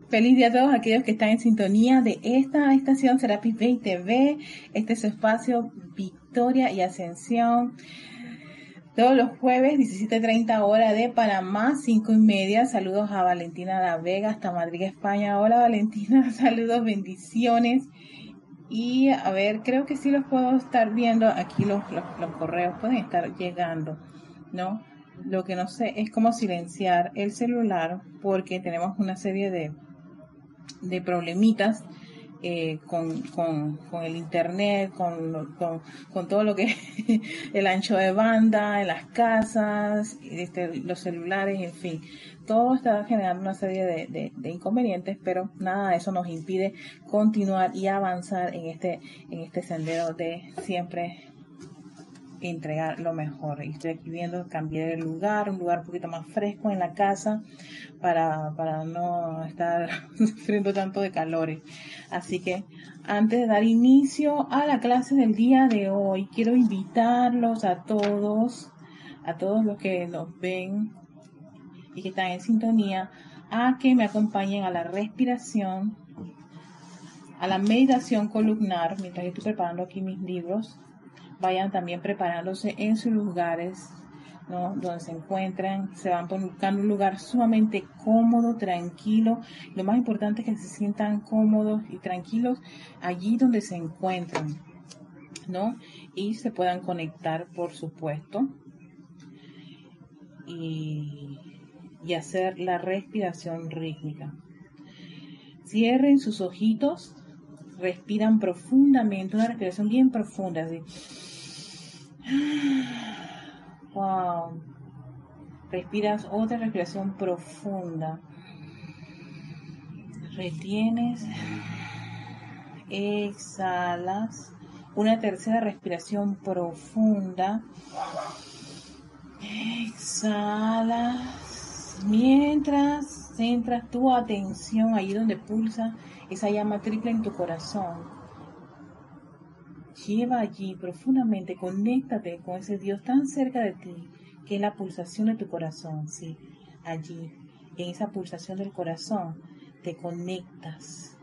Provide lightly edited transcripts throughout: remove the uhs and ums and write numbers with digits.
Feliz día a todos aquellos que están en sintonía de esta estación Serapis Bay TV. Este es su espacio Victoria y Ascensión. Todos los jueves, 17:30 hora de Panamá, 5:30. Saludos a Valentina La Vega hasta Madrid, España. Hola Valentina, saludos, bendiciones. Y a ver, creo que sí los puedo estar viendo. Aquí los correos pueden estar llegando, ¿no? Lo que no sé es cómo silenciar el celular porque tenemos una serie de problemitas con el internet, con todo lo que el ancho de banda en las casas, los celulares, en fin, todo está generando una serie de inconvenientes, pero nada de eso nos impide continuar y avanzar en este sendero de siempre entregar lo mejor. Y estoy aquí viendo cambiar el lugar, un lugar un poquito más fresco en la casa para no estar sufriendo tanto de calores. Así que antes de dar inicio a la clase del día de hoy, quiero invitarlos a todos los que nos ven y que están en sintonía, a que me acompañen a la respiración, a la meditación columnar, mientras yo estoy preparando aquí mis libros. Vayan también preparándose en sus lugares, ¿no? Donde se encuentran, se van buscando un lugar sumamente cómodo, tranquilo. Lo más importante es que se sientan cómodos y tranquilos allí donde se encuentran, ¿no? Y se puedan conectar, por supuesto, y hacer la respiración rítmica. Cierren sus ojitos, respiran profundamente, una respiración bien profunda, así. Wow. Respiras otra respiración profunda. Retienes. Exhalas. Una tercera respiración profunda. Exhalas. Mientras centras tu atención allí donde pulsa esa llama triple en tu corazón. Lleva allí profundamente, conéctate con ese Dios tan cerca de ti, que es la pulsación de tu corazón. Sí, allí, en esa pulsación del corazón, te conectas.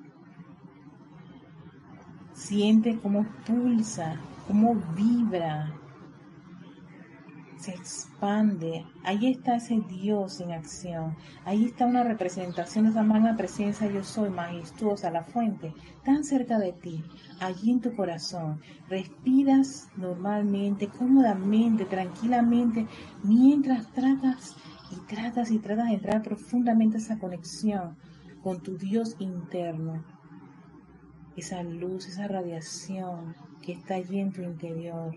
Siente cómo pulsa, cómo vibra, se expande. Ahí está ese Dios en acción. Ahí está una representación de esa magna presencia yo soy, majestuosa, la fuente, tan cerca de ti, allí en tu corazón. Respiras normalmente, cómodamente, tranquilamente, mientras tratas de entrar profundamente a esa conexión con tu Dios interno. Esa luz, esa radiación que está allí en tu interior.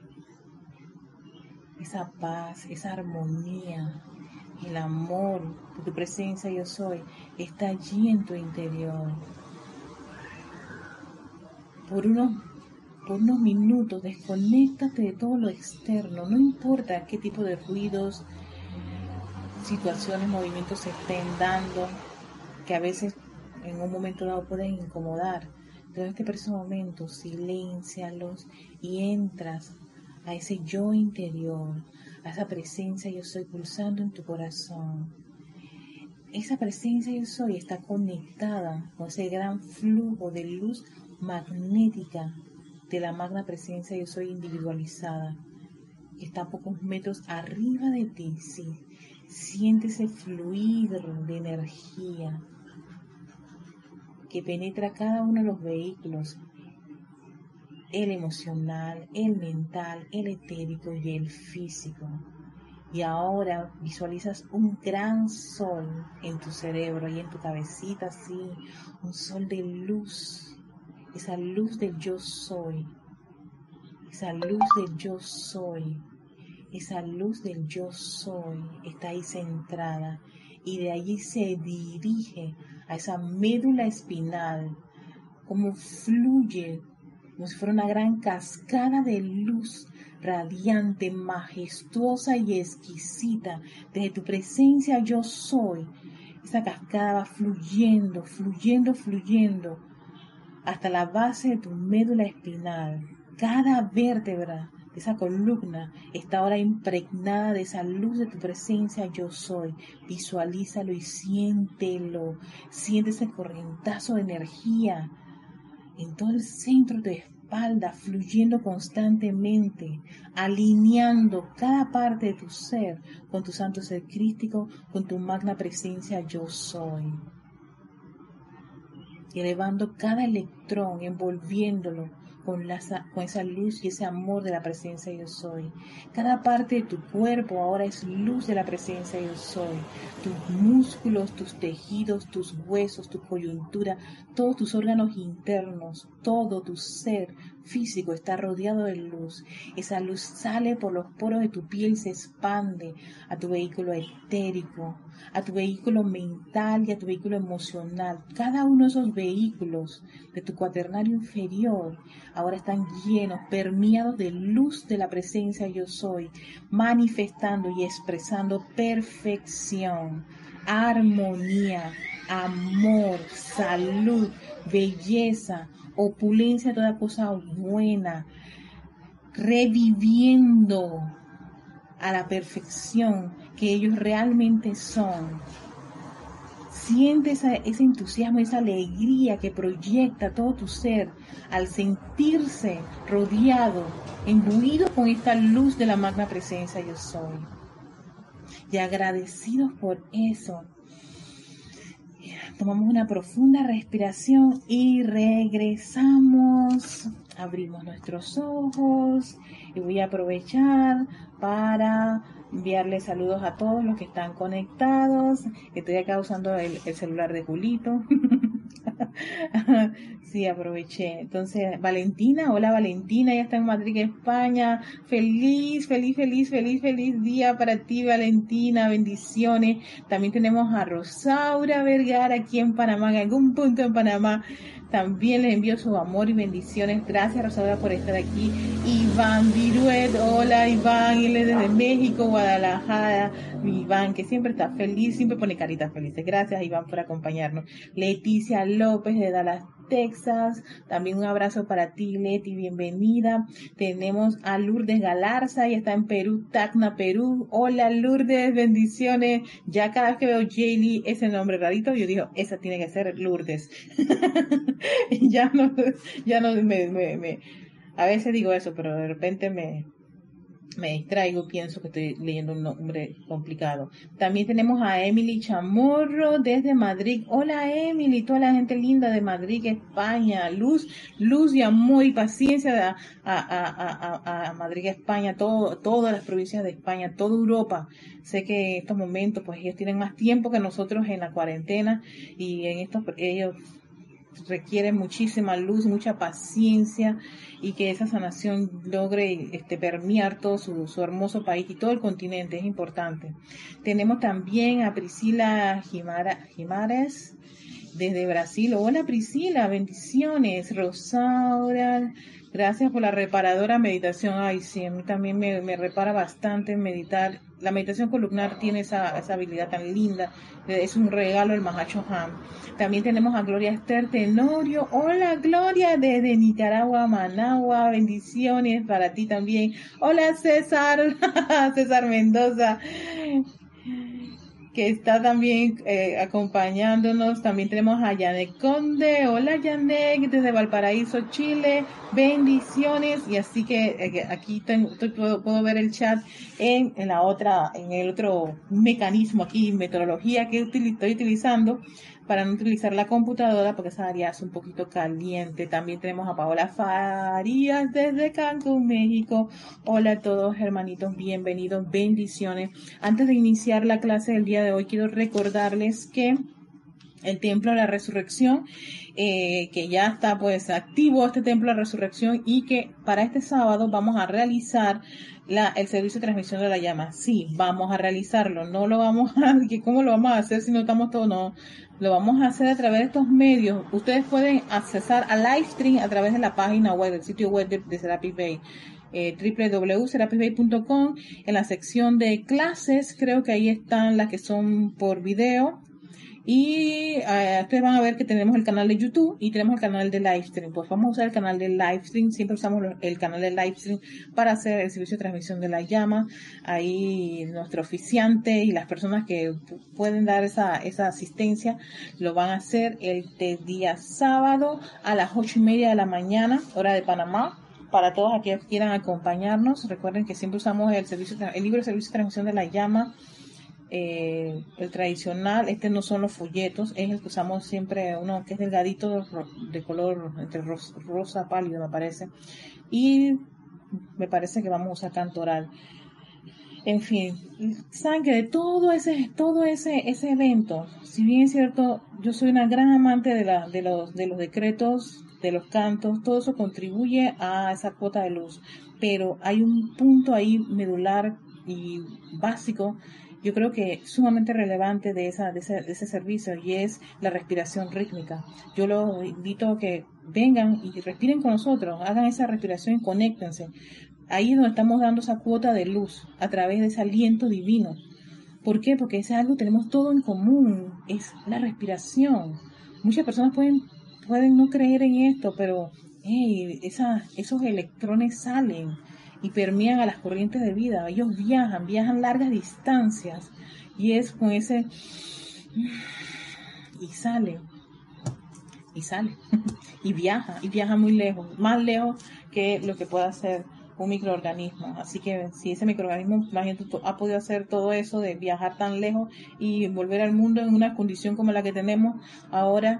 Esa paz, esa armonía, el amor de tu presencia yo soy, está allí en tu interior. Por unos minutos desconéctate de todo lo externo, no importa qué tipo de ruidos, situaciones, movimientos se estén dando, que a veces en un momento dado pueden incomodar. Pero en este momento siléncialos y entras a ese yo interior, a esa presencia yo soy pulsando en tu corazón. Esa presencia yo soy está conectada con ese gran flujo de luz magnética de la magna presencia yo soy individualizada, que está a pocos metros arriba de ti. Sí, siente ese fluir de energía que penetra cada uno de los vehículos, el emocional, el mental, el etérico y el físico. Y ahora visualizas un gran sol en tu cerebro y en tu cabecita, así, un sol de luz, esa luz del yo soy, esa luz del yo soy, esa luz del yo soy está ahí centrada y de allí se dirige a esa médula espinal, como fluye, como si fuera una gran cascada de luz radiante, majestuosa y exquisita. Desde tu presencia yo soy. Esa cascada va fluyendo, fluyendo, fluyendo hasta la base de tu médula espinal. Cada vértebra esa columna está ahora impregnada de esa luz de tu presencia yo soy. Visualízalo y siéntelo. Siente ese corrientazo de energía en todo el centro de tu espalda, fluyendo constantemente, alineando cada parte de tu ser con tu santo ser crístico, con tu magna presencia yo soy. Elevando cada electrón, envolviéndolo con esa luz y ese amor de la presencia yo soy. Cada parte de tu cuerpo ahora es luz de la presencia yo soy. Tus músculos, tus tejidos, tus huesos, tu coyuntura, todos tus órganos internos, todo tu ser físico está rodeado de luz. Esa luz sale por los poros de tu piel, se expande a tu vehículo etérico, a tu vehículo mental y a tu vehículo emocional. Cada uno de esos vehículos de tu cuaternario inferior ahora están llenos, permeados de luz de la presencia yo soy, manifestando y expresando perfección, armonía, amor, salud, belleza, opulencia, toda cosa buena, reviviendo a la perfección que ellos realmente son. Siente ese entusiasmo, esa alegría que proyecta todo tu ser al sentirse rodeado, imbuido con esta luz de la magna presencia yo soy. Y agradecidos por eso, tomamos una profunda respiración y regresamos. Abrimos nuestros ojos y voy a aprovechar para enviarles saludos a todos los que están conectados. Estoy acá usando el celular de Julito. Sí, aproveché. Entonces, Valentina, hola Valentina, ya está en Madrid, España. Feliz día para ti, Valentina, bendiciones. También tenemos a Rosaura Vergara aquí en Panamá, en algún punto en Panamá. También les envío su amor y bendiciones. Gracias, Rosaura, por estar aquí. Iván Viruet, hola Iván, él es desde México, Guadalajara. Iván, que siempre está feliz, siempre pone caritas felices. Gracias, Iván, por acompañarnos. Leticia López de Dallas, Texas. También un abrazo para ti, Leti, bienvenida. Tenemos a Lourdes Galarza, ella está en Perú, Tacna, Perú. Hola Lourdes, bendiciones. Ya cada vez que veo Jaylee, ese nombre rarito, yo digo, esa tiene que ser Lourdes. ya no a veces digo eso, pero de repente me distraigo, pienso que estoy leyendo un nombre complicado. También tenemos a Emily Chamorro desde Madrid. Hola Emily, toda la gente linda de Madrid, España. Luz y amor y paciencia a Madrid, España, todas las provincias de España, toda Europa. Sé que en estos momentos pues ellos tienen más tiempo que nosotros en la cuarentena y ellos requiere muchísima luz, mucha paciencia y que esa sanación logre permear todo su hermoso país y todo el continente, es importante. Tenemos también a Priscila Jimares desde Brasil. Hola Priscila, bendiciones. Rosaura, gracias por la reparadora meditación. Ay, sí, a mí también me repara bastante meditar. La meditación columnar tiene esa habilidad tan linda. Es un regalo del Mahacho Han. También tenemos a Gloria Esther Tenorio. Hola Gloria, desde Nicaragua, Managua. Bendiciones para ti también. Hola César, César Mendoza, que está también acompañándonos. También tenemos a Yanek Conde. Hola Yanek, desde Valparaíso, Chile. Bendiciones. Y así que aquí puedo ver el chat en el otro mecanismo aquí, metodología que estoy utilizando para no utilizar la computadora porque esa área es un poquito caliente. También tenemos a Paola Farías desde Cancún, México. Hola a todos hermanitos, bienvenidos, bendiciones. Antes de iniciar la clase del día de hoy, quiero recordarles que el Templo de la Resurrección, que ya está pues activo este Templo de la Resurrección y que para este sábado vamos a realizar el servicio de transmisión de la llama. Sí, vamos a realizarlo, no lo vamos a, ¿cómo lo vamos a hacer si no estamos todos? No, lo vamos a hacer a través de estos medios. Ustedes pueden accesar a Livestream a través de la página web, del sitio web de Serapis Bay. www.serapisbay.com. En la sección de clases, creo que ahí están las que son por video. Y ustedes van a ver que tenemos el canal de YouTube y tenemos el canal de Livestream. Pues vamos a usar el canal de Livestream. Siempre usamos el canal de Livestream para hacer el servicio de transmisión de la llama. Ahí nuestro oficiante y las personas que pueden dar esa asistencia lo van a hacer el día sábado a las 8:30 de la mañana, hora de Panamá. Para todos aquellos que quieran acompañarnos, recuerden que siempre usamos el libro de servicio de transmisión de la llama. El tradicional, no son los folletos, es el que usamos siempre, uno que es delgadito de color entre rosa pálido me parece, y me parece que vamos a usar canto oral. En fin, saben que de todo ese evento, si bien es cierto, yo soy una gran amante de los decretos, de los cantos, todo eso contribuye a esa cuota de luz, pero hay un punto ahí medular y básico, yo creo que sumamente relevante de ese servicio, y es la respiración rítmica. Yo los invito a que vengan y respiren con nosotros, hagan esa respiración y conéctense. Ahí es donde estamos dando esa cuota de luz a través de ese aliento divino. ¿Por qué? Porque es algo que tenemos todo en común, es la respiración. Muchas personas pueden no creer en esto, pero esos electrones salen y permean a las corrientes de vida. Ellos viajan largas distancias, y es con ese y sale y viaja muy lejos, más lejos que lo que pueda hacer un microorganismo. Así que si ese microorganismo, imagínate, ha podido hacer todo eso de viajar tan lejos y volver al mundo en una condición como la que tenemos ahora,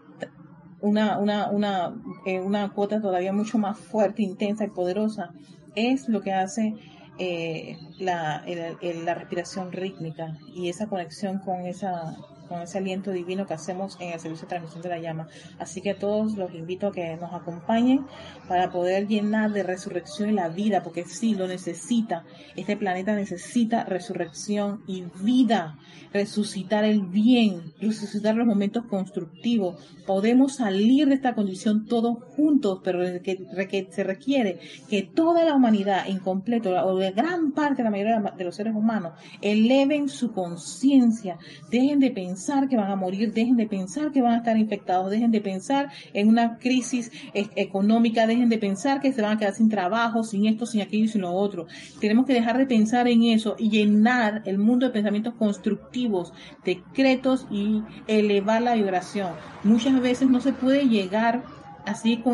una cuota todavía mucho más fuerte, intensa y poderosa, es lo que hace la respiración rítmica y esa conexión con ese aliento divino que hacemos en el servicio de transmisión de la llama. Así que a todos los invito a que nos acompañen para poder llenar de resurrección la vida, porque sí, lo necesita. Este planeta necesita resurrección y vida, resucitar el bien, resucitar los momentos constructivos. Podemos salir de esta condición todos juntos, pero se requiere que toda la humanidad en completo, o de gran parte de la mayoría de los seres humanos, eleven su conciencia, dejen de pensar que van a morir, dejen de pensar que van a estar infectados, dejen de pensar en una crisis económica, dejen de pensar que se van a quedar sin trabajo, sin esto, sin aquello y sin lo otro. Tenemos que dejar de pensar en eso y llenar el mundo de pensamientos constructivos, decretos, y elevar la vibración. Muchas veces no se puede llegar así con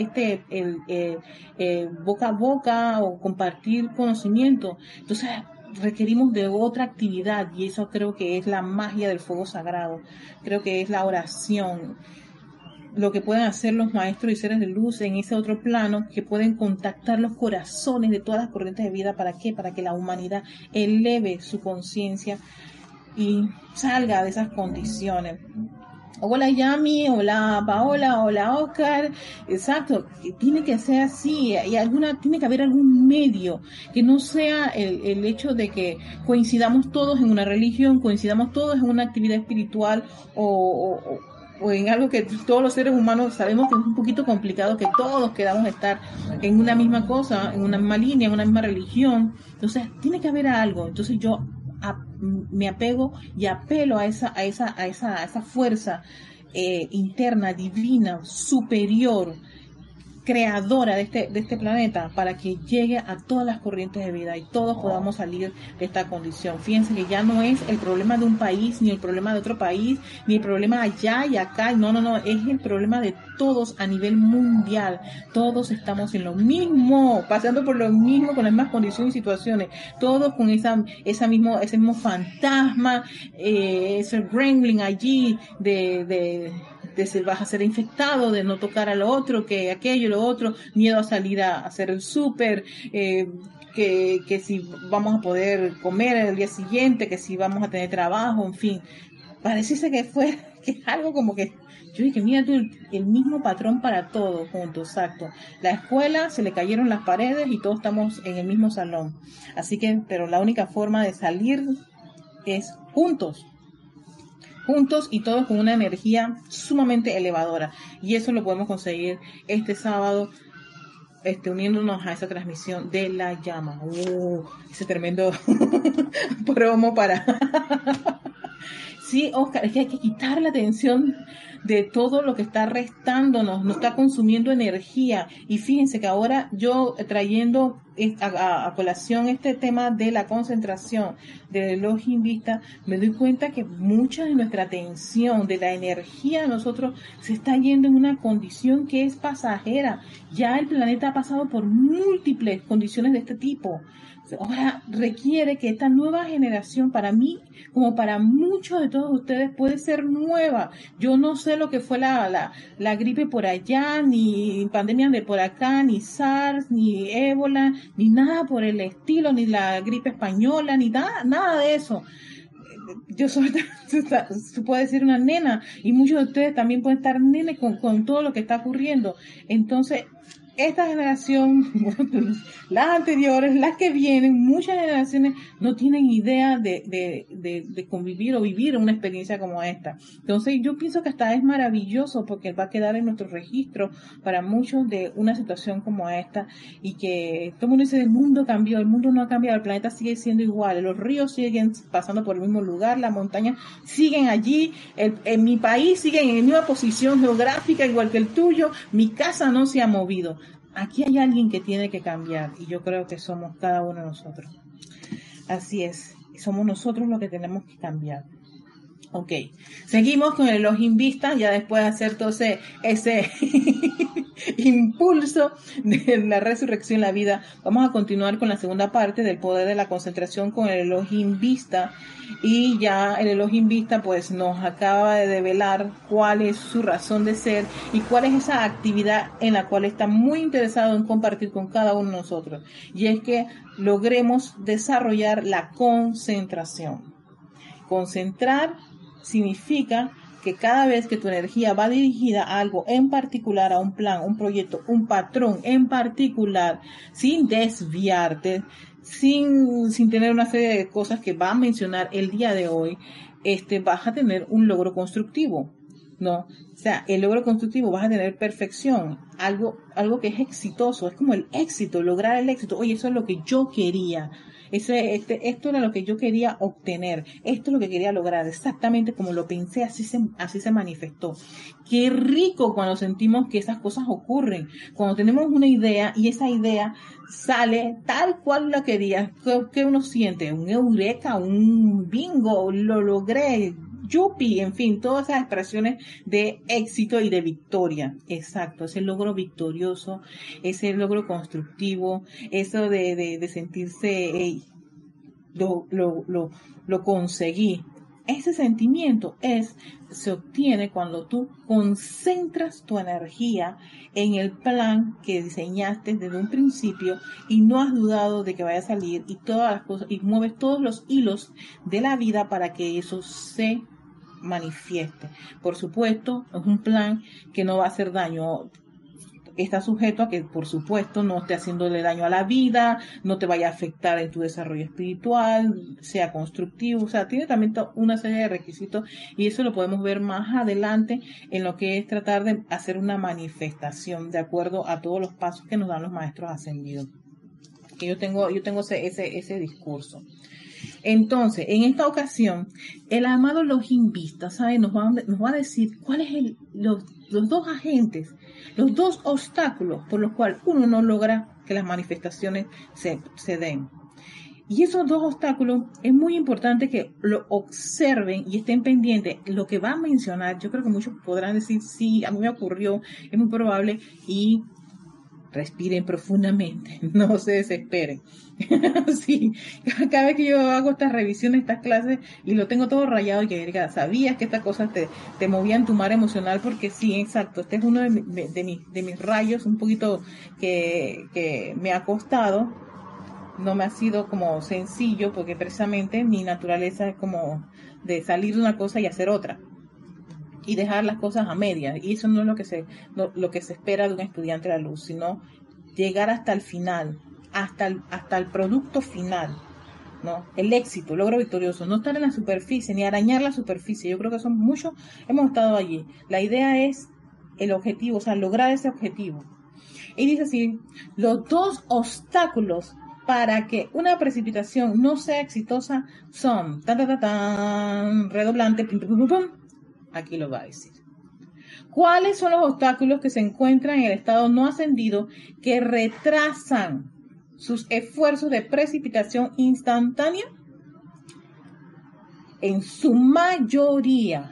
boca a boca o compartir conocimiento. Entonces requerimos de otra actividad, y eso creo que es la magia del fuego sagrado. Creo que es la oración, lo que pueden hacer los maestros y seres de luz en ese otro plano, que pueden contactar los corazones de todas las corrientes de vida. ¿Para qué? Para que la humanidad eleve su conciencia y salga de esas condiciones. Hola Yami, hola Paola, hola Oscar. Exacto, tiene que ser así, tiene que haber algún medio que no sea el hecho de que coincidamos todos en una religión, coincidamos todos en una actividad espiritual o en algo que todos los seres humanos sabemos que es un poquito complicado, que todos queramos estar en una misma cosa, en una misma línea, en una misma religión. Entonces tiene que haber algo. Entonces yo me apego y apelo a esa fuerza interna, divina, superior, creadora de este planeta, para que llegue a todas las corrientes de vida y todos podamos salir de esta condición. Fíjense que ya no es el problema de un país, ni el problema de otro país, ni el problema allá y acá, no, es el problema de todos a nivel mundial. Todos estamos en lo mismo, pasando por lo mismo, con las mismas condiciones y situaciones, todos con ese mismo fantasma, ese gremlin allí de si vas a ser infectado, de no tocar al otro, que aquello, lo otro, miedo a salir a hacer el súper, que si vamos a poder comer el día siguiente, que si vamos a tener trabajo, en fin. Pareciese que es algo como que, yo dije, mira tú, el mismo patrón para todos juntos, exacto. La escuela, se le cayeron las paredes y todos estamos en el mismo salón. Así que, pero la única forma de salir es juntos y todos con una energía sumamente elevadora, y eso lo podemos conseguir este sábado, uniéndonos a esa transmisión de la llama. Ese tremendo promo para Sí, Oscar, es que hay que quitar la atención de todo lo que está restándonos, nos está consumiendo energía. Y fíjense que ahora yo trayendo a colación este tema de la concentración, del Elohim Vista, me doy cuenta que mucha de nuestra atención, de la energía de nosotros, se está yendo en una condición que es pasajera. Ya el planeta ha pasado por múltiples condiciones de este tipo. Ahora requiere que esta nueva generación, para mí, como para muchos de todos ustedes, puede ser nueva. Yo no sé lo que fue la gripe por allá, ni pandemia de por acá, ni SARS, ni ébola, ni nada por el estilo, ni la gripe española, ni nada de eso. Yo soy, se puede decir una nena, y muchos de ustedes también pueden estar nenes con todo lo que está ocurriendo. Entonces, esta generación, las anteriores, las que vienen, muchas generaciones no tienen idea de convivir o vivir una experiencia como esta. Entonces yo pienso que hasta es maravilloso porque va a quedar en nuestro registro para muchos de una situación como esta y que todo el mundo dice el mundo cambió, el mundo no ha cambiado, el planeta sigue siendo igual, los ríos siguen pasando por el mismo lugar, las montañas siguen allí, en mi país siguen en la misma posición geográfica igual que el tuyo, mi casa no se ha movido. Aquí hay alguien que tiene que cambiar y yo creo que somos cada uno de nosotros. Así es, somos nosotros los que tenemos que cambiar. Ok, seguimos con el Elohim Vista, ya después de hacer todo ese impulso de la resurrección, la vida. Vamos a continuar con la segunda parte del poder de la concentración con el Elohim Vista. Y ya el Elohim Vista pues nos acaba de develar cuál es su razón de ser y cuál es esa actividad en la cual está muy interesado en compartir con cada uno de nosotros. Y es que logremos desarrollar la concentración. Concentrar significa que cada vez que tu energía va dirigida a algo en particular, a un plan, un proyecto, un patrón en particular, sin desviarte, sin tener una serie de cosas que va a mencionar el día de hoy, vas a tener un logro constructivo, ¿no? O sea, el logro constructivo vas a tener perfección, algo que es exitoso, es como el éxito, lograr el éxito. Oye, eso es lo que yo quería. Esto era lo que yo quería obtener, esto es lo que quería lograr, exactamente como lo pensé, así se manifestó. Qué rico cuando sentimos que esas cosas ocurren, cuando tenemos una idea y esa idea sale tal cual la quería. ¿Qué uno siente? Un eureka, un bingo, lo logré, yupi, en fin, todas esas expresiones de éxito y de victoria. Exacto, ese logro victorioso, ese logro constructivo, eso de sentirse, hey, lo conseguí. Ese sentimiento se obtiene cuando tú concentras tu energía en el plan que diseñaste desde un principio y no has dudado de que vaya a salir y todas las cosas, y mueves todos los hilos de la vida para que eso se manifieste. Por supuesto, es un plan que no va a hacer daño. Está sujeto a que, por supuesto, no esté haciéndole daño a la vida, no te vaya a afectar en tu desarrollo espiritual, sea constructivo. O sea, tiene también una serie de requisitos y eso lo podemos ver más adelante en lo que es tratar de hacer una manifestación de acuerdo a todos los pasos que nos dan los maestros ascendidos. Que yo tengo ese discurso. Entonces, en esta ocasión, el amado Elohim Vista, ¿sabe? Nos va a decir cuáles los dos agentes, los dos obstáculos por los cuales uno no logra que las manifestaciones se den. Y esos dos obstáculos es muy importante que lo observen y estén pendientes. Lo que va a mencionar, yo creo que muchos podrán decir, sí, a mí me ocurrió, es muy probable, y respiren profundamente, no se desesperen. Sí, cada vez que yo hago estas revisiones, estas clases, y lo tengo todo rayado, y que sabías que estas cosas te movían tu mar emocional, porque sí, exacto, este es uno de mis rayos, un poquito que me ha costado, no me ha sido como sencillo, porque precisamente mi naturaleza es como de salir de una cosa y hacer otra. Y dejar las cosas a medias, y eso no es lo que se espera de un estudiante de la luz, sino llegar hasta el final, hasta el producto final, ¿no? El éxito, el logro victorioso, no estar en la superficie, ni arañar la superficie. Yo creo que son muchos, hemos estado allí. La idea es el objetivo, o sea, lograr ese objetivo. Y dice así, los dos obstáculos para que una precipitación no sea exitosa son, redoblante, pum, pum, pum, pum. Aquí lo va a decir. ¿Cuáles son los obstáculos que se encuentran en el estado no ascendido que retrasan sus esfuerzos de precipitación instantánea? En su mayoría,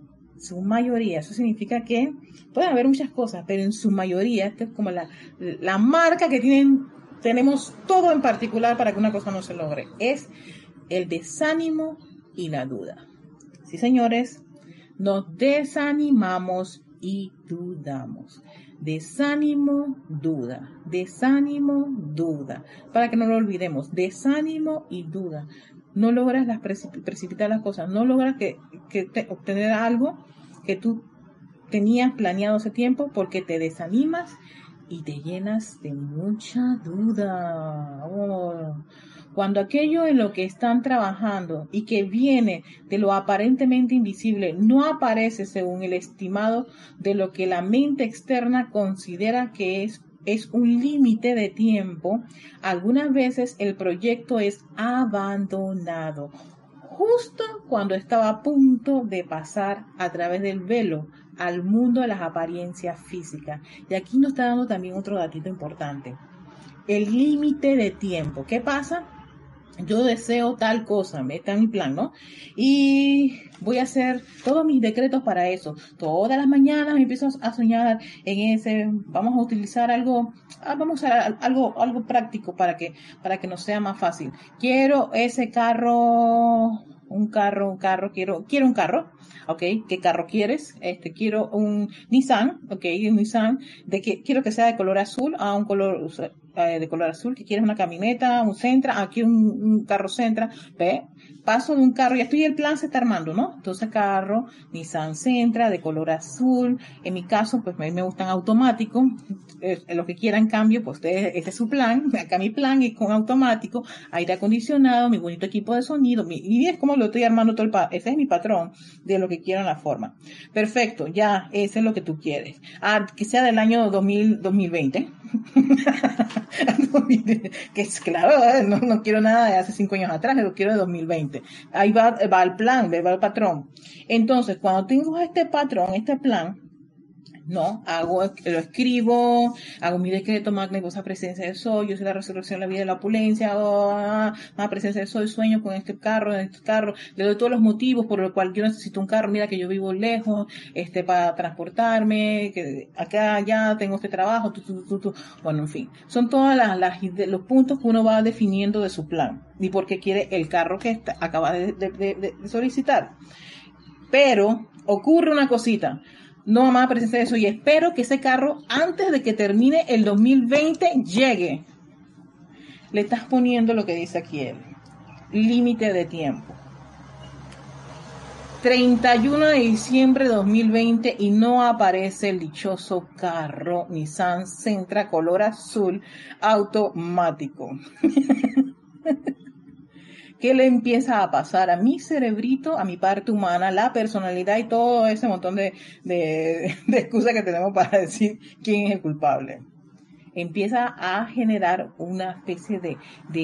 eso significa que pueden haber muchas cosas, pero en su mayoría, esta es como la marca que tenemos todo en particular para que una cosa no se logre, es el desánimo y la duda. Sí, señores, nos desanimamos y dudamos. Desánimo, duda. Desánimo, duda. Para que no lo olvidemos, desánimo y duda. No logras precipitar las cosas, no logras obtener algo que tú tenías planeado hace tiempo porque te desanimas y te llenas de mucha duda. Cuando aquello en lo que están trabajando y que viene de lo aparentemente invisible no aparece según el estimado de lo que la mente externa considera que es un límite de tiempo, algunas veces el proyecto es abandonado, justo cuando estaba a punto de pasar a través del velo al mundo de las apariencias físicas. Y aquí nos está dando también otro datito importante. El límite de tiempo. ¿Qué pasa? Yo deseo tal cosa, está en mi plan, ¿no? Y voy a hacer todos mis decretos para eso. Todas las mañanas me empiezo a soñar en ese, vamos a utilizar algo práctico para que nos sea más fácil. Quiero ese carro, quiero un carro, ¿ok? ¿Qué carro quieres? Quiero un Nissan, ¿ok? Un Nissan, quiero que sea de color azul, un color de color azul, que quieres una camioneta, un Sentra, aquí un carro Sentra, ¿ve? Paso de un carro, ya el plan se está armando, ¿no? Entonces carro, Nissan Sentra, de color azul, en mi caso, pues a mí me gustan automáticos, los que quieran cambio, pues este es su plan, acá mi plan es con automático, aire acondicionado, mi bonito equipo de sonido, y es como lo estoy armando todo ese es mi patrón de lo que quiero en la forma. Perfecto, ya, ese es lo que tú quieres. Que sea del año 2020. Que es claro, no quiero nada de hace 5 años atrás, lo quiero de 2020. Ahí va el plan, va el patrón. Entonces, cuando tengo este patrón, este plan, no, lo escribo, hago mi decreto, magna y goza presencia del soy, yo soy la resurrección, la vida y la opulencia, magna presencia del soy, sueño con este carro, le doy todos los motivos por los cuales yo necesito un carro, mira que yo vivo lejos, para transportarme, que acá, allá, tengo este trabajo, bueno, en fin, son todas los puntos que uno va definiendo de su plan, y por qué quiere el carro que acaba de solicitar. Pero, ocurre una cosita, no mamá presencia de eso, y espero que ese carro antes de que termine el 2020 llegue. Le estás poniendo lo que dice aquí él, límite de tiempo. 31 de diciembre de 2020 y no aparece el dichoso carro Nissan Sentra color azul automático. ¿Qué le empieza a pasar a mi cerebrito, a mi parte humana, la personalidad y todo ese montón de excusas que tenemos para decir quién es el culpable? Empieza a generar una especie de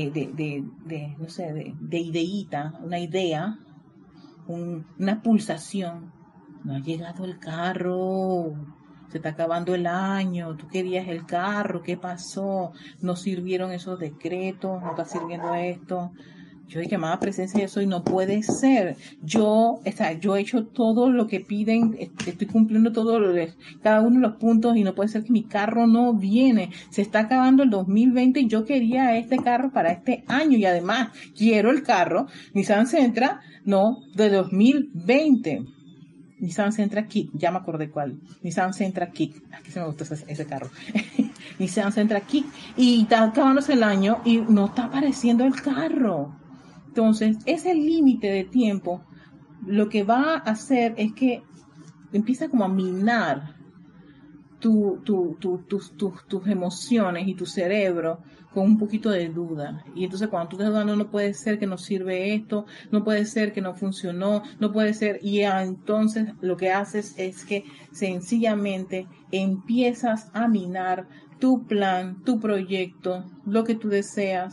ideíta, una idea, una pulsación. No ha llegado el carro, se está acabando el año, tú querías el carro, ¿qué pasó? No sirvieron esos decretos, no está sirviendo esto. Yo he llamado a presencia de eso y no puede ser. Yo he hecho todo lo que piden, estoy cumpliendo cada uno de los puntos y no puede ser que mi carro no viene. Se está acabando el 2020 y yo quería este carro para este año y además quiero el carro Nissan Sentra, de 2020. Nissan Sentra Kick, ya me acordé cuál. Nissan Sentra Kick, aquí se me gustó ese carro. Nissan Sentra Kick y está acabándose el año y no está apareciendo el carro. Entonces, ese límite de tiempo, lo que va a hacer es que empieza como a minar tus emociones y tu cerebro con un poquito de duda. Y entonces cuando tú estás dudando, no puede ser que no sirve esto, no puede ser que no funcionó, no puede ser. Y entonces lo que haces es que sencillamente empiezas a minar tu plan, tu proyecto, lo que tú deseas,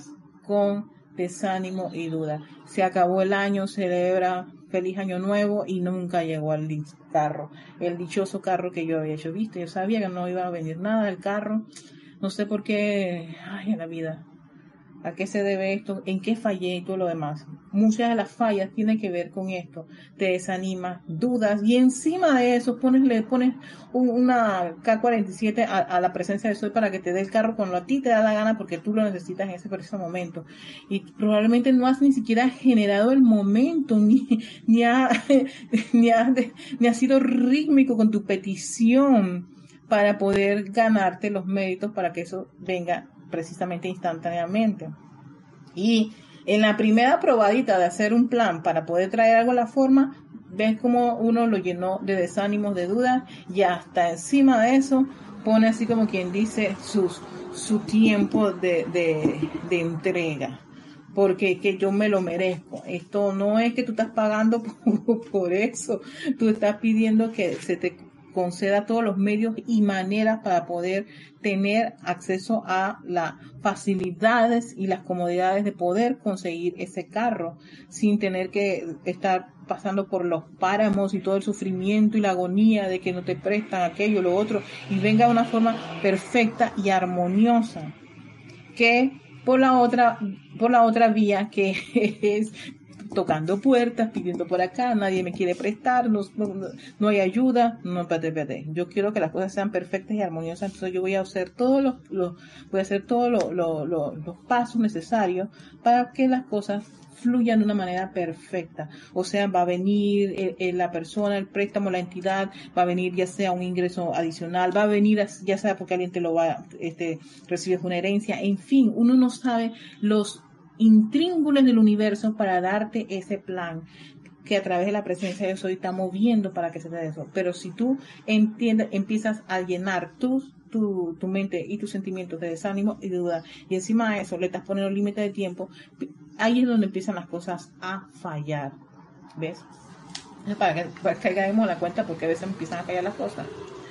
con desánimo y duda. Se acabó el año, celebra feliz año nuevo y nunca llegó al carro, el dichoso carro que yo había hecho. Viste, yo sabía que no iba a venir nada del carro, no sé por qué, ay, en la vida. ¿A qué se debe esto? ¿En qué fallé y todo lo demás? Muchas de las fallas tienen que ver con esto. Te desanimas, dudas y encima de eso le pones una K47 a la presencia de Sol para que te dé el carro cuando a ti te da la gana porque tú lo necesitas en ese preciso momento. Y probablemente no has ni siquiera generado el momento ni ha sido rítmico con tu petición para poder ganarte los méritos para que eso venga precisamente instantáneamente. Y en la primera probadita de hacer un plan para poder traer algo a la forma, ves como uno lo llenó de desánimos, de dudas, y hasta encima de eso pone así como quien dice su tiempo de entrega, porque que yo me lo merezco. Esto no es que tú estás pagando por eso, tú estás pidiendo que se te conceda todos los medios y maneras para poder tener acceso a las facilidades y las comodidades de poder conseguir ese carro sin tener que estar pasando por los páramos y todo el sufrimiento y la agonía de que no te prestan aquello, lo otro, y venga de una forma perfecta y armoniosa que por la otra vía que es tocando puertas, pidiendo por acá, nadie me quiere prestar, no hay ayuda. No, espérate. Yo quiero que las cosas sean perfectas y armoniosas, entonces yo voy a hacer todos los pasos necesarios para que las cosas fluyan de una manera perfecta. O sea, va a venir la persona, el préstamo, la entidad, va a venir ya sea un ingreso adicional, va a venir ya sea porque alguien te lo va, recibes una herencia, en fin, uno no sabe los intríngulos del universo para darte ese plan que a través de la presencia de Dios hoy está moviendo para que se te dé eso. Pero si tú empiezas a llenar tu mente y tus sentimientos de desánimo y de duda, y encima de eso le estás poniendo límite de tiempo, ahí es donde empiezan las cosas a fallar. ¿Ves? Para que caigamos en la cuenta, porque a veces empiezan a fallar las cosas.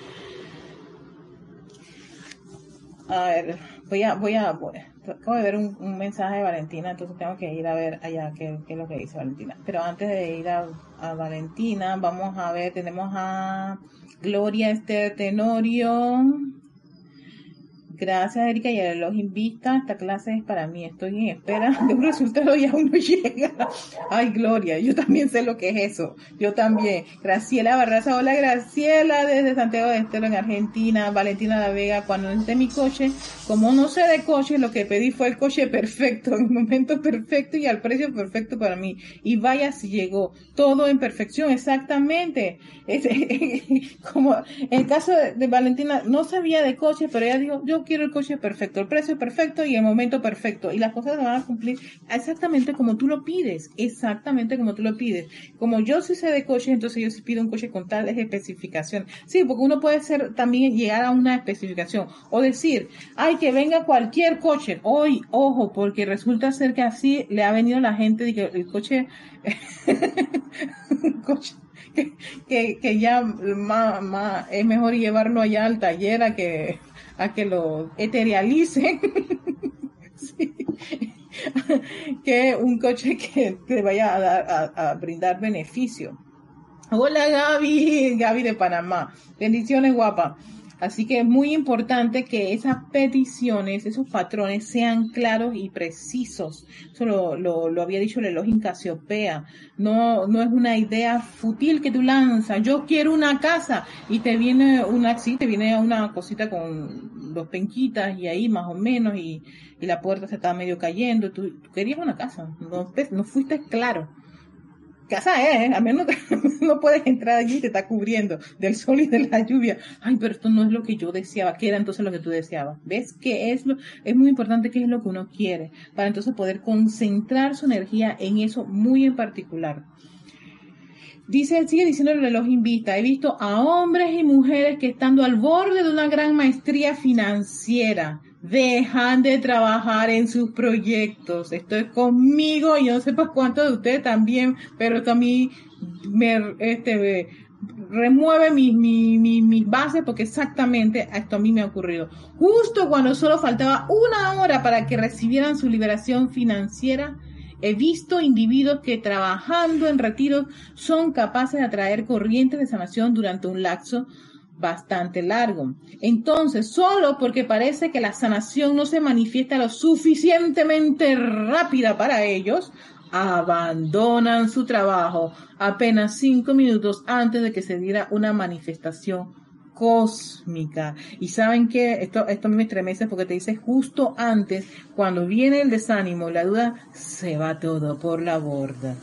A ver, acabo de ver un mensaje de Valentina, entonces tengo que ir a ver allá qué es lo que dice Valentina. Pero antes de ir a Valentina, vamos a ver, tenemos a Gloria Esther Tenorio. Gracias, Erika, y el reloj invista. Esta clase es para mí. Estoy en espera de un resultado y aún no llega. Ay, Gloria, yo también sé lo que es eso. Yo también. Graciela Barraza. Hola, Graciela, desde Santiago de Estero, en Argentina. Valentina La Vega. Cuando necesité mi coche, como no sé de coche, lo que pedí fue el coche perfecto, en el momento perfecto y al precio perfecto para mí. Y vaya si llegó. Todo en perfección, exactamente. Como el caso de Valentina, no sabía de coche, pero ella dijo, yo quiero el coche perfecto, el precio perfecto y el momento perfecto, y las cosas se van a cumplir exactamente como tú lo pides, como yo sí sé de coches, entonces yo sí pido un coche con tales especificaciones. Sí, porque uno puede también llegar a una especificación o decir, ay, que venga cualquier coche. Hoy, ojo, porque resulta ser que así le ha venido la gente de que el coche que ya más es mejor llevarlo allá al taller a que lo eterialicen. Sí. Que un coche que te vaya a brindar beneficio. Hola Gaby de Panamá, bendiciones guapa. Así que es muy importante que esas peticiones, esos patrones sean claros y precisos. Eso lo había dicho el Elohim Casiopea. No es una idea fútil que tú lanzas. Yo quiero una casa y te viene una cosita con dos penquitas y ahí más o menos y la puerta se está medio cayendo. Tú querías una casa, no fuiste claro. Casa a menos no puedes entrar allí y te está cubriendo del sol y de la lluvia. Ay, pero esto no es lo que yo deseaba. ¿Qué era entonces lo que tú deseabas? ¿Ves? Es muy importante qué es lo que uno quiere para entonces poder concentrar su energía en eso muy en particular. Sigue diciendo el reloj invista, he visto a hombres y mujeres que estando al borde de una gran maestría financiera, dejan de trabajar en sus proyectos. Esto es conmigo y yo no sé para cuántos de ustedes también, pero esto a mí me remueve mis base porque exactamente esto a mí me ha ocurrido. Justo cuando solo faltaba una hora para que recibieran su liberación financiera, he visto individuos que trabajando en retiros son capaces de atraer corrientes de sanación durante un lapso bastante largo. Entonces, solo porque parece que la sanación no se manifiesta lo suficientemente rápida para ellos, abandonan su trabajo apenas 5 minutos antes de que se diera una manifestación cósmica. Y saben que esto me estremece porque te dice justo antes, cuando viene el desánimo, la duda, se va todo por la borda.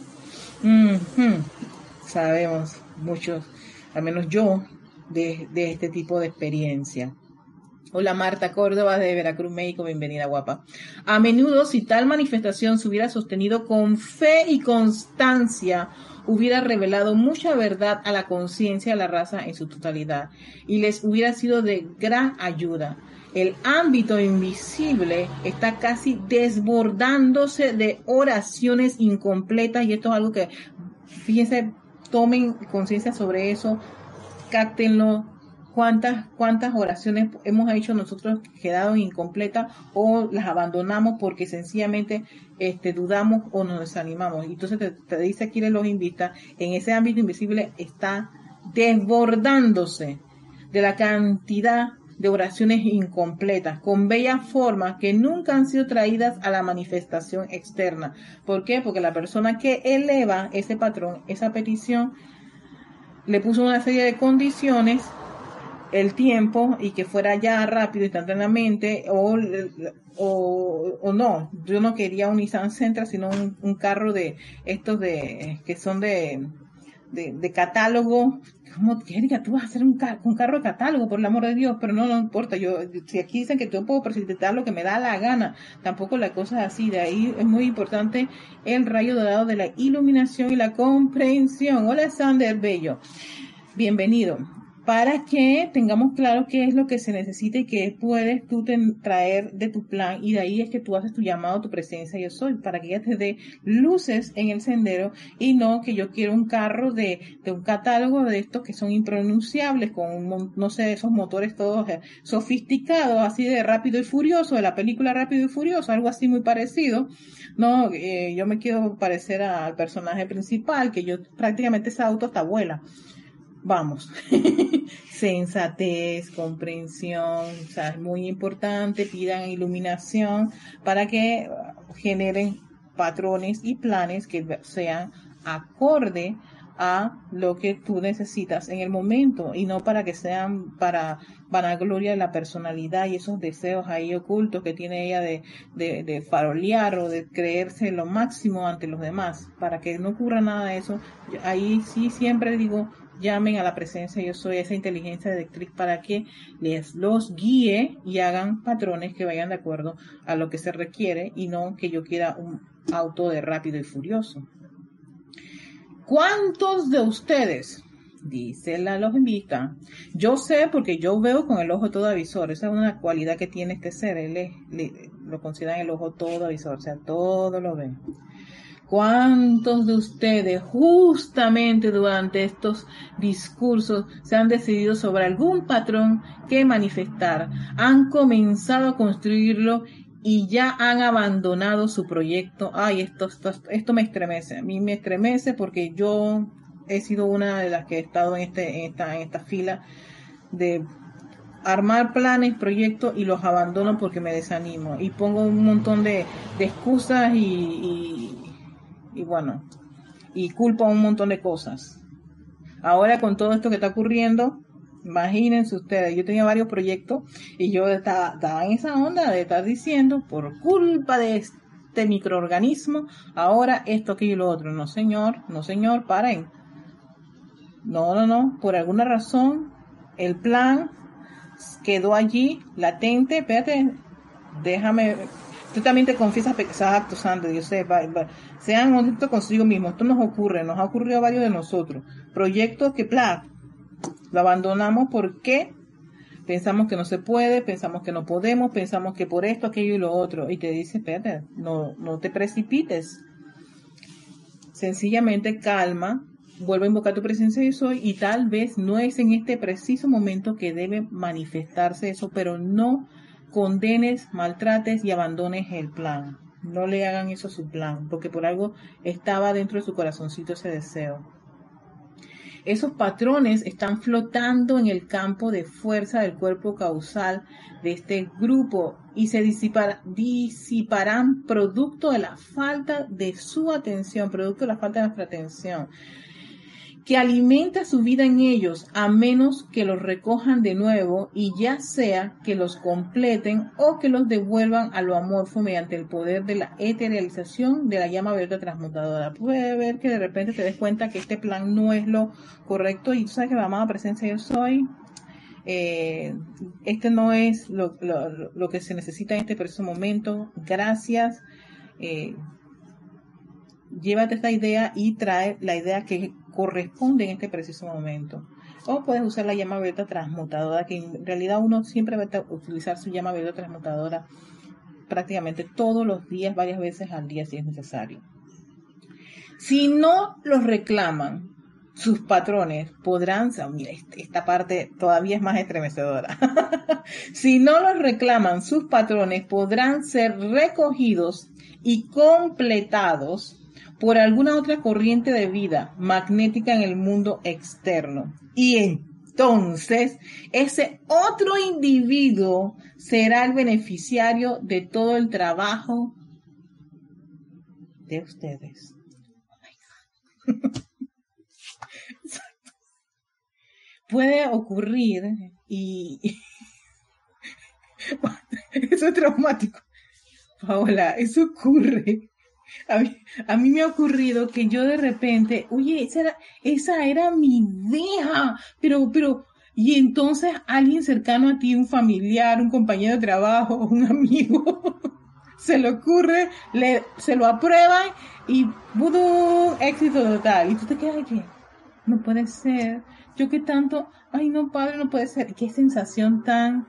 Sabemos muchos, al menos yo, de este tipo de experiencia. Hola Marta Córdoba de Veracruz, México, bienvenida guapa. A menudo, si tal manifestación se hubiera sostenido con fe y constancia, hubiera revelado mucha verdad a la conciencia de la raza en su totalidad y les hubiera sido de gran ayuda. El ámbito invisible está casi desbordándose de oraciones incompletas y esto es algo que, fíjense, tomen conciencia sobre eso, cáctenlo. ¿Cuántas oraciones hemos hecho nosotros quedado incompletas o las abandonamos porque sencillamente dudamos o nos desanimamos? Entonces te dice aquí los invita, en ese ámbito invisible está desbordándose de la cantidad de oraciones incompletas, con bellas formas que nunca han sido traídas a la manifestación externa. ¿Por qué? Porque la persona que eleva ese patrón, esa petición, le puso una serie de condiciones, el tiempo, y que fuera ya rápido, instantáneamente, o no. Yo no quería un Nissan Sentra, sino un carro de estos que son de catálogo. ¿Cómo, Erika, tú vas a hacer un carro de catálogo, por el amor de Dios? Pero no importa. Si aquí dicen que yo puedo presentar lo que me da la gana, tampoco la cosa es así. De ahí es muy importante el rayo dorado de la iluminación y la comprensión. Hola, Sander Bello. Bienvenido. Para que tengamos claro qué es lo que se necesita y qué puedes tú traer de tu plan, y de ahí es que tú haces tu llamado, tu presencia yo soy, para que ella te dé luces en el sendero, y no que yo quiero un carro de un catálogo de estos que son impronunciables, con no sé, esos motores todos sofisticados, así de Rápido y Furioso, de la película Rápido y Furioso, algo así muy parecido. No, yo me quiero parecer al personaje principal, que yo prácticamente ese auto hasta vuela. Vamos, sensatez, comprensión, o sea, es muy importante, pidan iluminación para que generen patrones y planes que sean acorde a lo que tú necesitas en el momento, y no para que sean para vanagloria de la personalidad y esos deseos ahí ocultos que tiene ella de farolear o de creerse lo máximo ante los demás. Para que no ocurra nada de eso, ahí sí siempre digo, llamen a la presencia yo soy, esa inteligencia directriz, para que los guíe y hagan patrones que vayan de acuerdo a lo que se requiere, y no que yo quiera un auto de Rápido y Furioso. ¿Cuántos de ustedes, dice los invita? Yo sé porque yo veo con el ojo todo avisor. Esa es una cualidad que tiene este ser. Él lo consideran el ojo todo avisor, o sea, todo lo ve. ¿Cuántos de ustedes justamente durante estos discursos se han decidido sobre algún patrón que manifestar? Han comenzado a construirlo y ya han abandonado su proyecto. Ay, esto me estremece. A mí me estremece porque yo he sido una de las que he estado en esta fila de armar planes, proyectos, y los abandono porque me desanimo y pongo un montón de excusas y bueno, y culpo a un montón de cosas. Ahora con todo esto que está ocurriendo, imagínense ustedes, yo tenía varios proyectos y yo estaba en esa onda de estar diciendo, por culpa de este microorganismo, ahora esto, aquello y lo otro. No señor, paren. No, por alguna razón el plan quedó allí, latente. Espérate, déjame... Tú también te confiesas exacto, Sandra, yo sé, sean honestos consigo mismos. Esto nos ha ocurrido a varios de nosotros. Proyectos que, lo abandonamos porque pensamos que no se puede, pensamos que no podemos, pensamos que por esto, aquello y lo otro. Y te dice, espérate, no te precipites. Sencillamente calma, vuelve a invocar tu presencia yo soy, y tal vez no es en este preciso momento que debe manifestarse eso, pero no condenes, maltrates y abandones el plan. No le hagan eso a su plan, porque por algo estaba dentro de su corazoncito ese deseo. Esos patrones están flotando en el campo de fuerza del cuerpo causal de este grupo y se disiparán producto de la falta de su atención, producto de la falta de nuestra atención, que alimenta su vida en ellos, a menos que los recojan de nuevo y ya sea que los completen o que los devuelvan a lo amorfo mediante el poder de la eterialización de la llama violeta transmutadora. Puede ver que de repente te des cuenta que este plan no es lo correcto y tú sabes que la amada presencia yo soy, este no es lo que se necesita en este preciso momento. Gracias. Llévate esta idea y trae la idea que corresponde en este preciso momento. O puedes usar la llama violeta transmutadora, que en realidad uno siempre va a utilizar su llama violeta transmutadora prácticamente todos los días, varias veces al día si es necesario. Si no los reclaman sus patrones, podrán, mira, esta parte todavía es más estremecedora. Si no los reclaman sus patrones, podrán ser recogidos y completados por alguna otra corriente de vida magnética en el mundo externo. Y entonces, ese otro individuo será el beneficiario de todo el trabajo de ustedes. Puede ocurrir y eso es traumático. Paola, eso ocurre. A mí me ha ocurrido que yo de repente, oye, esa era mi idea, pero, y entonces alguien cercano a ti, un familiar, un compañero de trabajo, un amigo, se le ocurre, se lo aprueban y ¡budum! Éxito total. Y tú te quedas aquí, no puede ser, yo que tanto, ay no padre, no puede ser, qué sensación tan...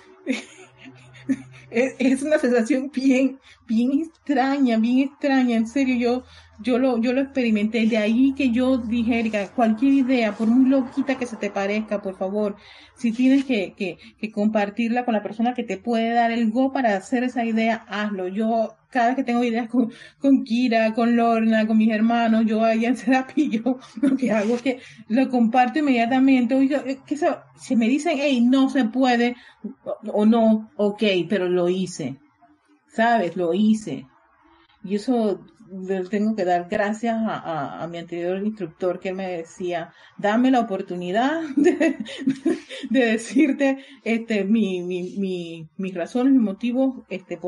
Es una sensación bien extraña, en serio, yo lo experimenté, de ahí que yo dije, Erika, cualquier idea, por muy loquita que se te parezca, por favor, si tienes que compartirla con la persona que te puede dar el go para hacer esa idea, hazlo. Yo, cada vez que tengo ideas con Kira, con Lorna, con mis hermanos, yo allá en terapia, yo lo que hago es que lo comparto inmediatamente. Oiga, si me dicen, hey, no se puede, o no, ok, pero lo hice, ¿sabes? Lo hice. Y eso le tengo que dar gracias a mi anterior instructor, que él me decía, dame la oportunidad de decirte mis razones, mis motivos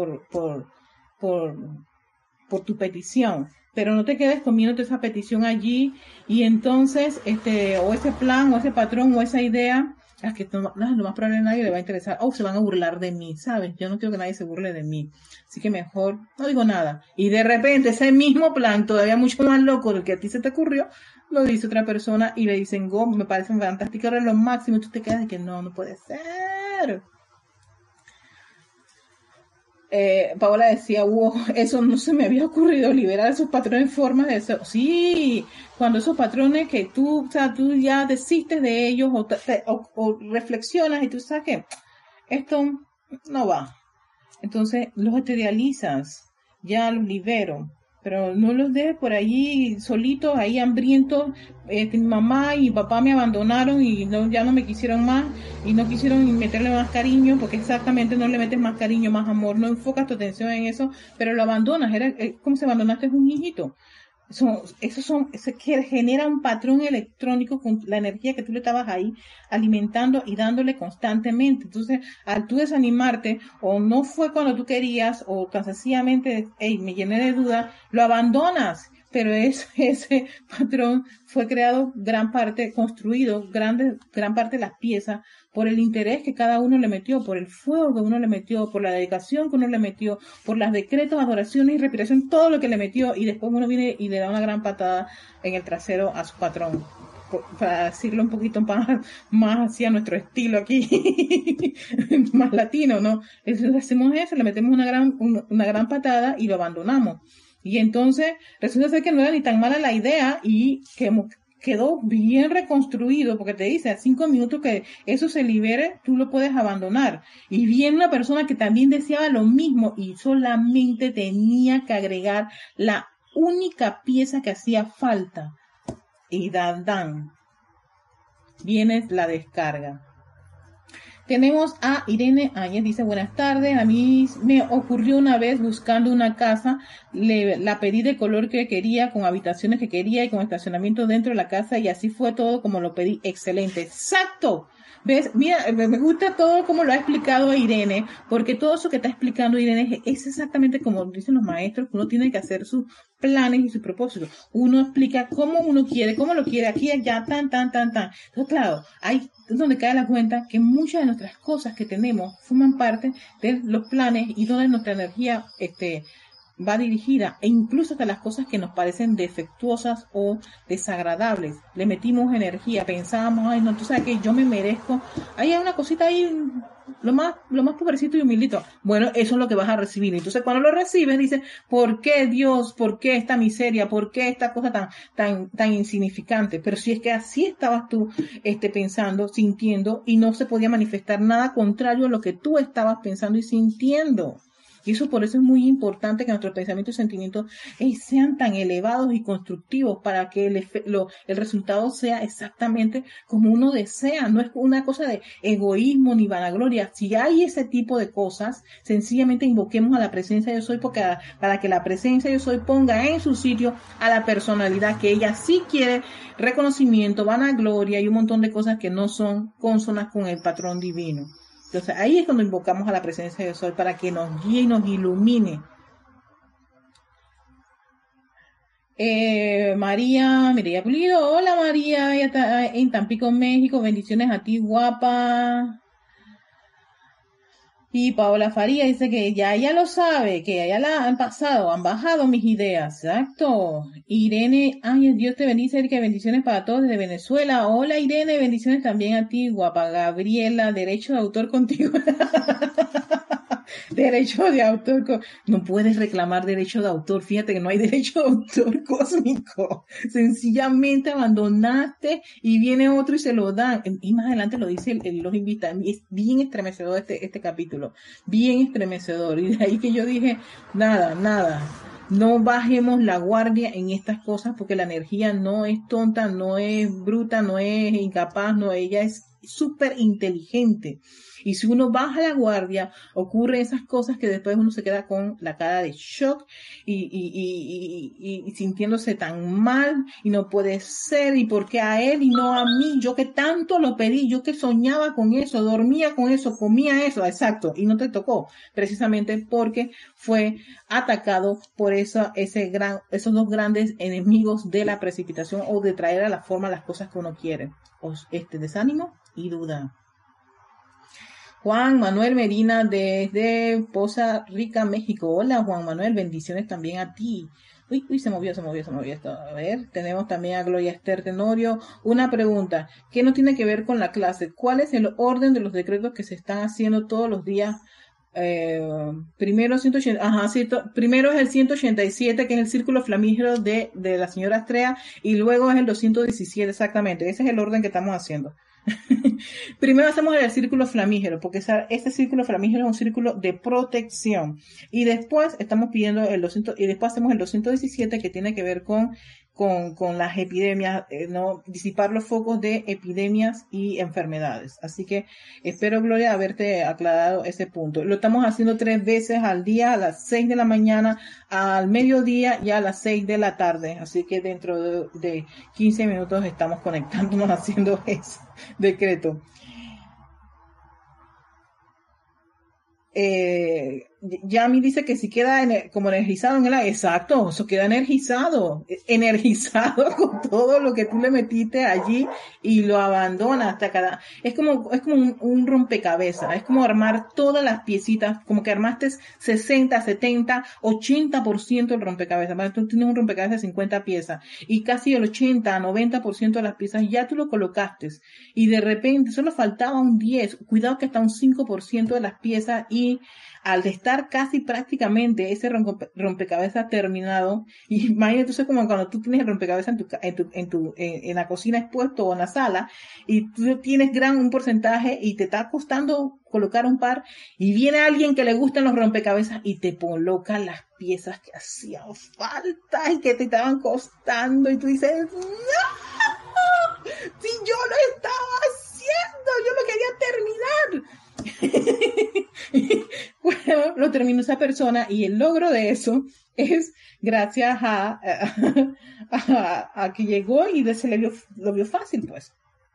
por tu petición, pero no te quedes comiéndote esa petición allí y entonces o ese plan o ese patrón o esa idea, es que lo más probable a nadie le va a interesar, o se van a burlar de mí, ¿sabes? Yo no quiero que nadie se burle de mí, así que mejor no digo nada. Y de repente ese mismo plan, todavía mucho más loco del que a ti se te ocurrió, lo dice otra persona y le dicen, go, me parece fantástico, ahora es lo máximo, y tú te quedas de que no puede ser. Paola decía, wow, eso no se me había ocurrido, liberar esos patrones en forma de eso. Sí, cuando esos patrones que tú ya desistes de ellos o reflexionas y tú sabes que esto no va. Entonces los materializas, ya los libero, pero no los dejes por allí solitos, ahí hambrientos. Mi mamá y mi papá me abandonaron y ya no me quisieron más y no quisieron meterle más cariño, porque exactamente no le metes más cariño, más amor, no enfocas tu atención en eso, pero lo abandonas. Era como si abandonaste un hijito. Eso que genera un patrón electrónico con la energía que tú le estabas ahí alimentando y dándole constantemente. Entonces, al tú desanimarte, o no fue cuando tú querías, o tan sencillamente, me llené de duda, lo abandonas. Pero ese patrón fue creado construido, gran parte de las piezas, por el interés que cada uno le metió, por el fuego que uno le metió, por la dedicación que uno le metió, por las decretos, adoraciones y respiración, todo lo que le metió, y después uno viene y le da una gran patada en el trasero a su patrón. Para decirlo un poquito más hacia nuestro estilo aquí, más latino, ¿no? Hacemos eso, le metemos una gran patada y lo abandonamos. Y entonces resulta ser que no era ni tan mala la idea y que quedó bien reconstruido, porque te dice, a 5 minutos que eso se libere, tú lo puedes abandonar. Y viene una persona que también deseaba lo mismo y solamente tenía que agregar la única pieza que hacía falta. Y dan, viene la descarga. Tenemos a Irene Áñez, dice, buenas tardes, a mí me ocurrió una vez buscando una casa, la pedí de color que quería, con habitaciones que quería y con estacionamiento dentro de la casa y así fue todo como lo pedí, excelente, exacto. ¿Ves? Mira, me gusta todo como lo ha explicado Irene, porque todo eso que está explicando Irene es exactamente como dicen los maestros, que uno tiene que hacer sus planes y sus propósitos. Uno explica cómo uno quiere, cómo lo quiere, aquí, allá, tan. Entonces, claro, ahí es donde cae la cuenta que muchas de nuestras cosas que tenemos forman parte de los planes y donde nuestra energía, va dirigida, e incluso hasta las cosas que nos parecen defectuosas o desagradables. Le metimos energía, pensábamos, ay no, tú sabes que yo me merezco, hay una cosita ahí, lo más pobrecito y humildito. Bueno, eso es lo que vas a recibir. Entonces cuando lo recibes, dices, ¿por qué Dios? ¿Por qué esta miseria? ¿Por qué esta cosa tan insignificante? Pero si es que así estabas tú, pensando, sintiendo, y no se podía manifestar nada contrario a lo que tú estabas pensando y sintiendo. Y eso por eso es muy importante que nuestros pensamientos y sentimientos sean tan elevados y constructivos para que el resultado sea exactamente como uno desea. No es una cosa de egoísmo ni vanagloria. Si hay ese tipo de cosas, sencillamente invoquemos a la presencia de Yo Soy para que la presencia de Yo Soy ponga en su sitio a la personalidad que ella sí quiere, reconocimiento, vanagloria y un montón de cosas que no son consonas con el patrón divino. Entonces ahí es cuando invocamos a la presencia de Sol para que nos guíe y nos ilumine. María Pulido, hola María, ella está en Tampico, México, bendiciones a ti, guapa. Y Paola Faría dice que ya lo sabe, que ya la han pasado, han bajado mis ideas. Exacto. Irene, ay, Dios te bendice, Erika, bendiciones para todos desde Venezuela. Hola Irene, bendiciones también a ti, guapa. Gabriela, derecho de autor contigo. Derecho de autor, no puedes reclamar derecho de autor, fíjate que no hay derecho de autor cósmico, sencillamente abandonaste y viene otro y se lo dan, y más adelante lo dice los invitan, es bien estremecedor este capítulo, bien estremecedor, y de ahí que yo dije, nada, no bajemos la guardia en estas cosas porque la energía no es tonta, no es bruta, no es incapaz, no, ella es súper inteligente. Y si uno baja la guardia, ocurren esas cosas que después uno se queda con la cara de shock y sintiéndose tan mal y no puede ser, y por qué a él y no a mí, yo que tanto lo pedí, yo que soñaba con eso, dormía con eso, comía eso, exacto, y no te tocó, precisamente porque fue atacado por esos dos grandes enemigos de la precipitación o de traer a la forma las cosas que uno quiere, desánimo y duda. Juan Manuel Medina desde Poza Rica, México. Hola Juan Manuel, bendiciones también a ti. Uy, se movió esto. A ver, tenemos también a Gloria Esther Tenorio. Una pregunta, ¿qué no tiene que ver con la clase? ¿Cuál es el orden de los decretos que se están haciendo todos los días? Primero es el 187, que es el círculo flamígero de la señora Astrea, y luego es el 217, exactamente. Ese es el orden que estamos haciendo. Primero hacemos el círculo flamígero, porque este círculo flamígero es un círculo de protección, y después estamos pidiendo y después hacemos el 217, que tiene que ver con las epidemias, no disipar los focos de epidemias y enfermedades. Así que espero, Gloria, haberte aclarado ese punto. Lo estamos haciendo 3 veces al día, a las 6 de la mañana, al mediodía y a las 6 de la tarde. Así que dentro de 15 minutos estamos conectándonos haciendo ese decreto. Yami dice que si queda como energizado en el aire. Exacto, eso queda energizado con todo lo que tú le metiste allí y lo abandonas hasta cada. Es como un rompecabezas, es como armar todas las piecitas, como que armaste 60, 70, 80% del rompecabezas. Tú tienes un rompecabezas de 50 piezas y casi el 80, 90% de las piezas ya tú lo colocaste, y de repente solo faltaba un 10, cuidado que hasta un 5% de las piezas, y al estar estar casi prácticamente ese rompecabezas terminado. Y imagínate, entonces como cuando tú tienes el rompecabezas en la cocina expuesto o en la sala, y tú tienes un porcentaje y te está costando colocar un par, y viene alguien que le gustan los rompecabezas y te coloca las piezas que hacían falta y que te estaban costando, y tú dices, ¡no! Si yo lo estaba haciendo, yo lo quería terminar. Bueno, lo terminó esa persona, y el logro de eso es gracias a que llegó y lo vio fácil, pues.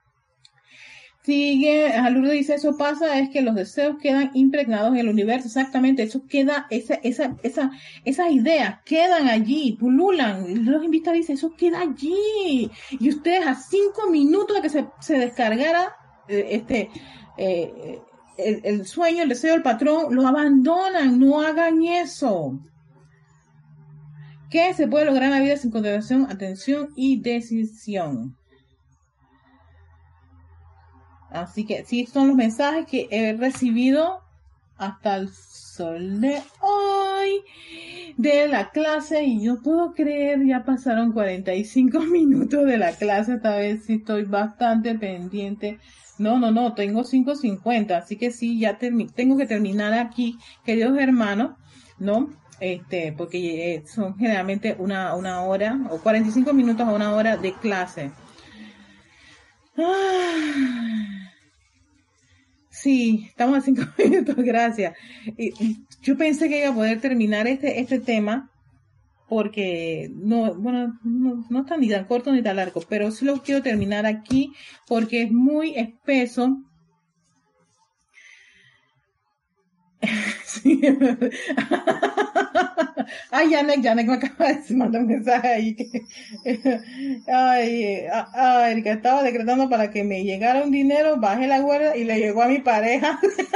Sigue, Lourdes dice, eso pasa, es que los deseos quedan impregnados en el universo. Exactamente, eso queda, esas ideas quedan allí, pululan. Los invitados dicen, eso queda allí. Y ustedes a 5 minutos de que se descargara el sueño, el deseo del patrón, lo abandonan. No hagan eso. ¿Qué se puede lograr en la vida sin concentración, atención y decisión? Así que sí, son los mensajes que he recibido hasta el sol de hoy de la clase, y yo puedo creer, ya pasaron 45 minutos de la clase. Esta vez sí estoy bastante pendiente. No, tengo 5:50, así que sí, ya tengo que terminar aquí, queridos hermanos, ¿no? Porque son generalmente una hora, o 45 minutos a una hora de clase. Sí, estamos a 5 minutos, gracias. Yo pensé que iba a poder terminar este tema, porque no está ni tan corto ni tan largo, pero sí lo quiero terminar aquí porque es muy espeso. Sí. Ay, Janek me acaba de mandar un mensaje ahí que estaba decretando para que me llegara un dinero, bajé la guardia y le llegó a mi pareja.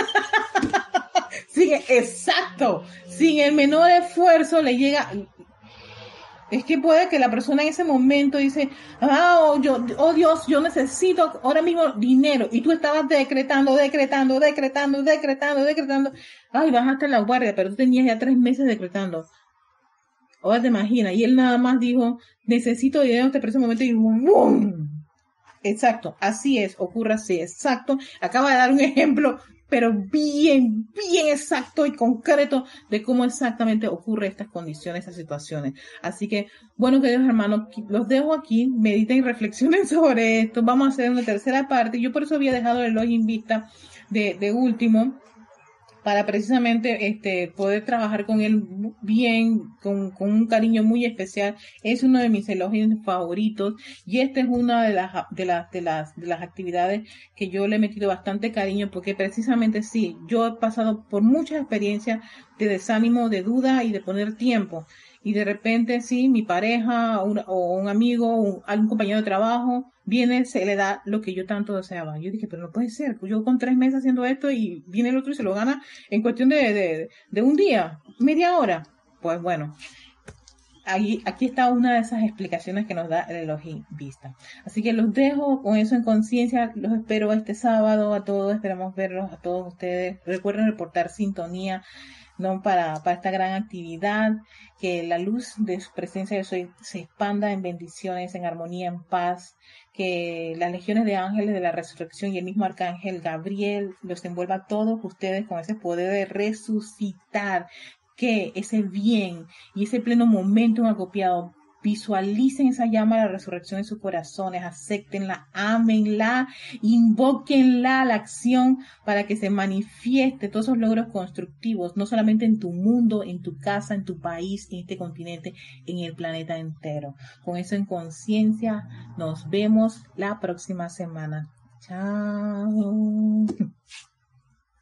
Exacto, sin el menor esfuerzo le llega. Es que puede que la persona en ese momento dice, oh Dios, yo necesito ahora mismo dinero, y tú estabas decretando. Ay, bajaste la guardia, pero tú tenías ya 3 meses decretando. Ahora te imaginas, y él nada más dijo, necesito dinero en este preciso momento, y ¡boom! Exacto, así es, ocurre así, exacto. Acaba de dar un ejemplo, pero bien exacto y concreto de cómo exactamente ocurre estas condiciones, estas situaciones. Así que, bueno, queridos hermanos, los dejo aquí, mediten y reflexionen sobre esto. Vamos a hacer una tercera parte. Yo por eso había dejado el Elohim Vista de último, para precisamente poder trabajar con él bien, con un cariño muy especial. Es uno de mis Elohim favoritos, y esta es una de las actividades que yo le he metido bastante cariño, porque precisamente sí, yo he pasado por muchas experiencias de desánimo, de duda y de poner tiempo, y de repente sí, mi pareja o un amigo, algún compañero de trabajo viene, se le da lo que yo tanto deseaba. Yo dije, pero no puede ser, yo con 3 meses haciendo esto, y viene el otro y se lo gana en cuestión de un día, media hora. Pues bueno, aquí está una de esas explicaciones que nos da el Elohim Vista. Así que los dejo con eso en conciencia. Los espero este sábado a todos. Esperamos verlos a todos ustedes. Recuerden reportar sintonía, ¿no? Para esta gran actividad. Que la luz de su presencia se expanda en bendiciones, en armonía, en paz. Que las legiones de ángeles de la resurrección y el mismo arcángel Gabriel los envuelva a todos ustedes con ese poder de resucitar. Que ese bien y ese pleno momento acopiado, visualicen esa llama de la resurrección en sus corazones, acéptenla, ámenla, invóquenla a la acción para que se manifieste todos esos logros constructivos, no solamente en tu mundo, en tu casa, en tu país, en este continente, en el planeta entero. Con eso en conciencia, nos vemos la próxima semana. Chao.